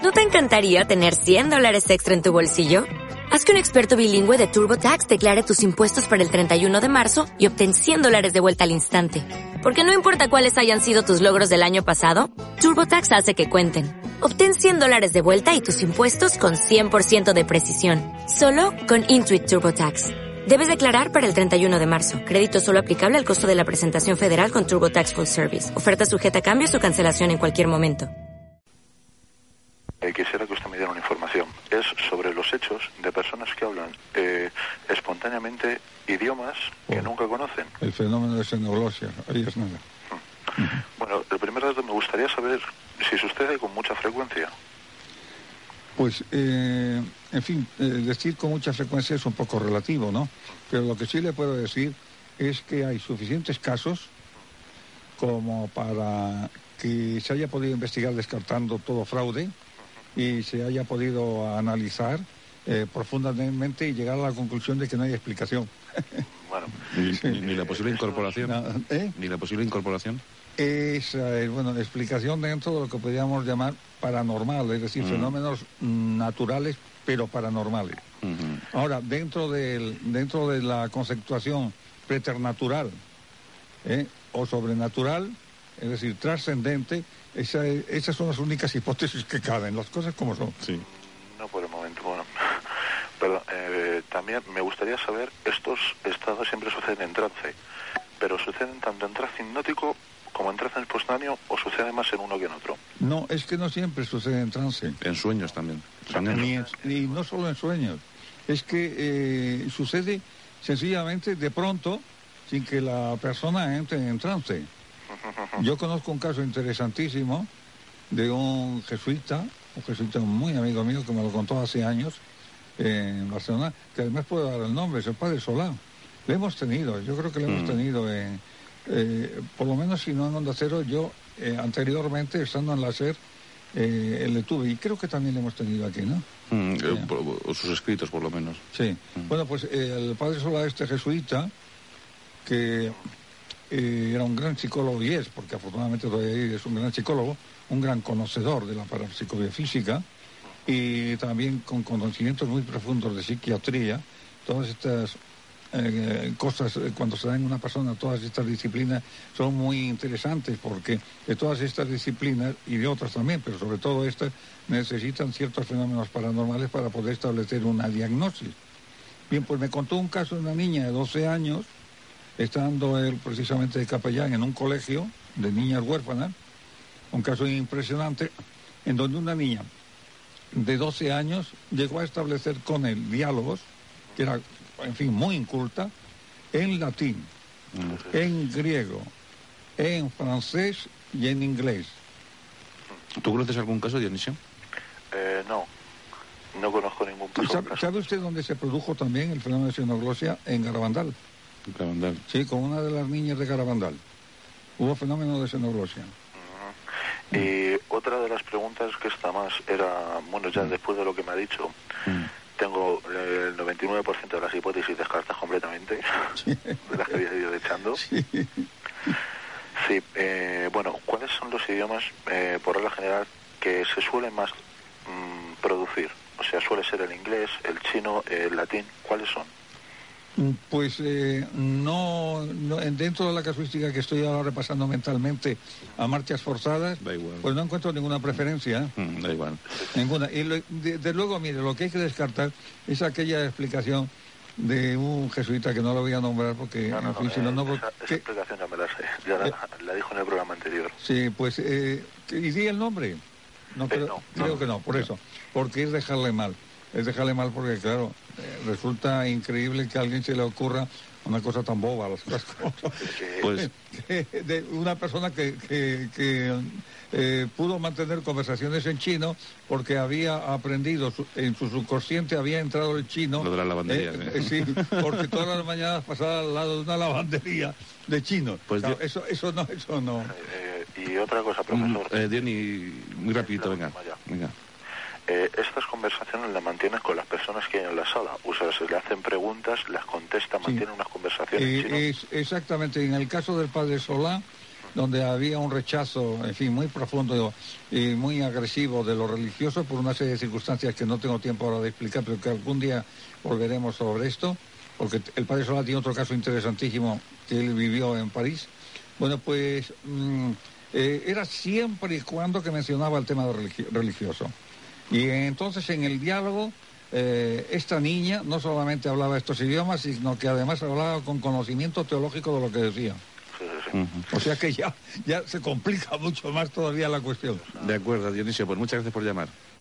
¿No te encantaría tener $100 extra en tu bolsillo? Haz que un experto bilingüe de TurboTax declare tus impuestos para el 31 de marzo y obtén $100 de vuelta al instante. Porque no importa cuáles hayan sido tus logros del año pasado, TurboTax hace que cuenten. Obtén $100 de vuelta y tus impuestos con 100% de precisión. Solo con Intuit TurboTax. Debes declarar para el 31 de marzo. Crédito solo aplicable al costo de la presentación federal con TurboTax Full Service. Oferta sujeta a cambios o cancelación en cualquier momento. Quisiera que usted me diera una información. Es sobre los hechos de personas que hablan espontáneamente idiomas que nunca conocen. El fenómeno de xenoglosia, ahí es nada. Bueno, el primer dato me gustaría saber si sucede con mucha frecuencia. Pues, en fin, decir con mucha frecuencia es un poco relativo, ¿no? Pero lo que sí le puedo decir es que hay suficientes casos como para que se haya podido investigar descartando todo fraude y se haya podido analizar profundamente y llegar a la conclusión de que no hay explicación. Bueno, ni la posible incorporación. Ni la posible incorporación. Esa es, bueno, explicación dentro de lo que podríamos llamar paranormal, es decir, fenómenos naturales, pero paranormales. Ahora, dentro de la conceptuación preternatural o sobrenatural, es decir, trascendente, esas son las únicas hipótesis que caben, las cosas como son. Sí. No por el momento, bueno. Perdón, también me gustaría saber, estos estados siempre suceden en trance, pero suceden tanto en trance hipnótico como en trance espontáneo, o sucede más en uno que en otro. No, es que no siempre sucede en trance. En sueños también. Y no solo en sueños. Es que sucede sencillamente de pronto, sin que la persona entre en trance. Yo conozco un caso interesantísimo de un jesuita muy amigo mío que me lo contó hace años en Barcelona, que además puedo dar el nombre, es el padre Solá. Le hemos tenido, yo creo que le hemos tenido por lo menos si no en Onda Cero, yo anteriormente, estando en la SER, le tuve, y creo que también le hemos tenido aquí, ¿no? O sus escritos, por lo menos. Sí. Bueno, pues el padre Solá, este jesuita, que era un gran psicólogo, y es, porque afortunadamente todavía es un gran psicólogo, un gran conocedor de la parapsicobiofísica, y también con conocimientos muy profundos de psiquiatría. Todas estas cosas, cuando se dan en una persona, todas estas disciplinas son muy interesantes, porque de todas estas disciplinas, y de otras también, pero sobre todo estas, necesitan ciertos fenómenos paranormales para poder establecer una diagnosis. Bien, pues me contó un caso de una niña de 12 años, estando él precisamente de capellán en un colegio de niñas huérfanas, un caso impresionante, en donde una niña de 12 años llegó a establecer con él diálogos, que era, en fin, muy inculta, en latín, en griego, en francés y en inglés. ¿Tú conoces algún caso, Dionisio? No conozco ningún caso. ¿Sabe usted dónde se produjo también el fenómeno de xenoglosia? En Garabandal. Garabandal. Sí, con una de las niñas de Garabandal. Hubo fenómeno de xenoglosia. Y otra de las preguntas que está más era, bueno, ya después de lo que me ha dicho, tengo el 99% de las hipótesis descartadas completamente, de las que había ido echando. Sí, bueno, ¿cuáles son los idiomas, por regla general, que se suelen más producir? O sea, suele ser el inglés, el chino, el latín, ¿cuáles son? Pues no, dentro de la casuística que estoy ahora repasando mentalmente a marchas forzadas, pues no encuentro ninguna preferencia. Da igual. Ninguna. Y de luego, mire, lo que hay que descartar es aquella explicación de un jesuita que no lo voy a nombrar porque... esa explicación ya me la sé, ya la dijo en el programa anterior. Sí, pues... ¿y di el nombre? No, creo que no, por eso. Porque es dejarle mal. Es dejarle mal porque, claro, resulta increíble que a alguien se le ocurra una cosa tan boba, las cosas como pues de una persona que pudo mantener conversaciones en chino porque había aprendido, en su subconsciente había entrado el chino. Lo de la lavandería. Sí, porque todas las mañanas pasaba al lado de una lavandería de chino. Pues claro, eso no. Y otra cosa, profesor. Diony, muy rapidito, venga. Estas conversaciones las mantienes con las personas que hay en la sala, o sea, se le hacen preguntas, las contesta, mantienen unas conversaciones chinas. Exactamente, en el caso del padre Solá, donde había un rechazo, en fin, muy profundo y muy agresivo de lo religioso por una serie de circunstancias que no tengo tiempo ahora de explicar, pero que algún día volveremos sobre esto, porque el padre Solá tiene otro caso interesantísimo que él vivió en París. Bueno, pues era siempre y cuando que mencionaba el tema religioso. Y entonces en el diálogo, esta niña no solamente hablaba estos idiomas, sino que además hablaba con conocimiento teológico de lo que decía. O sea que ya se complica mucho más todavía la cuestión. De acuerdo, Dionisio, pues muchas gracias por llamar.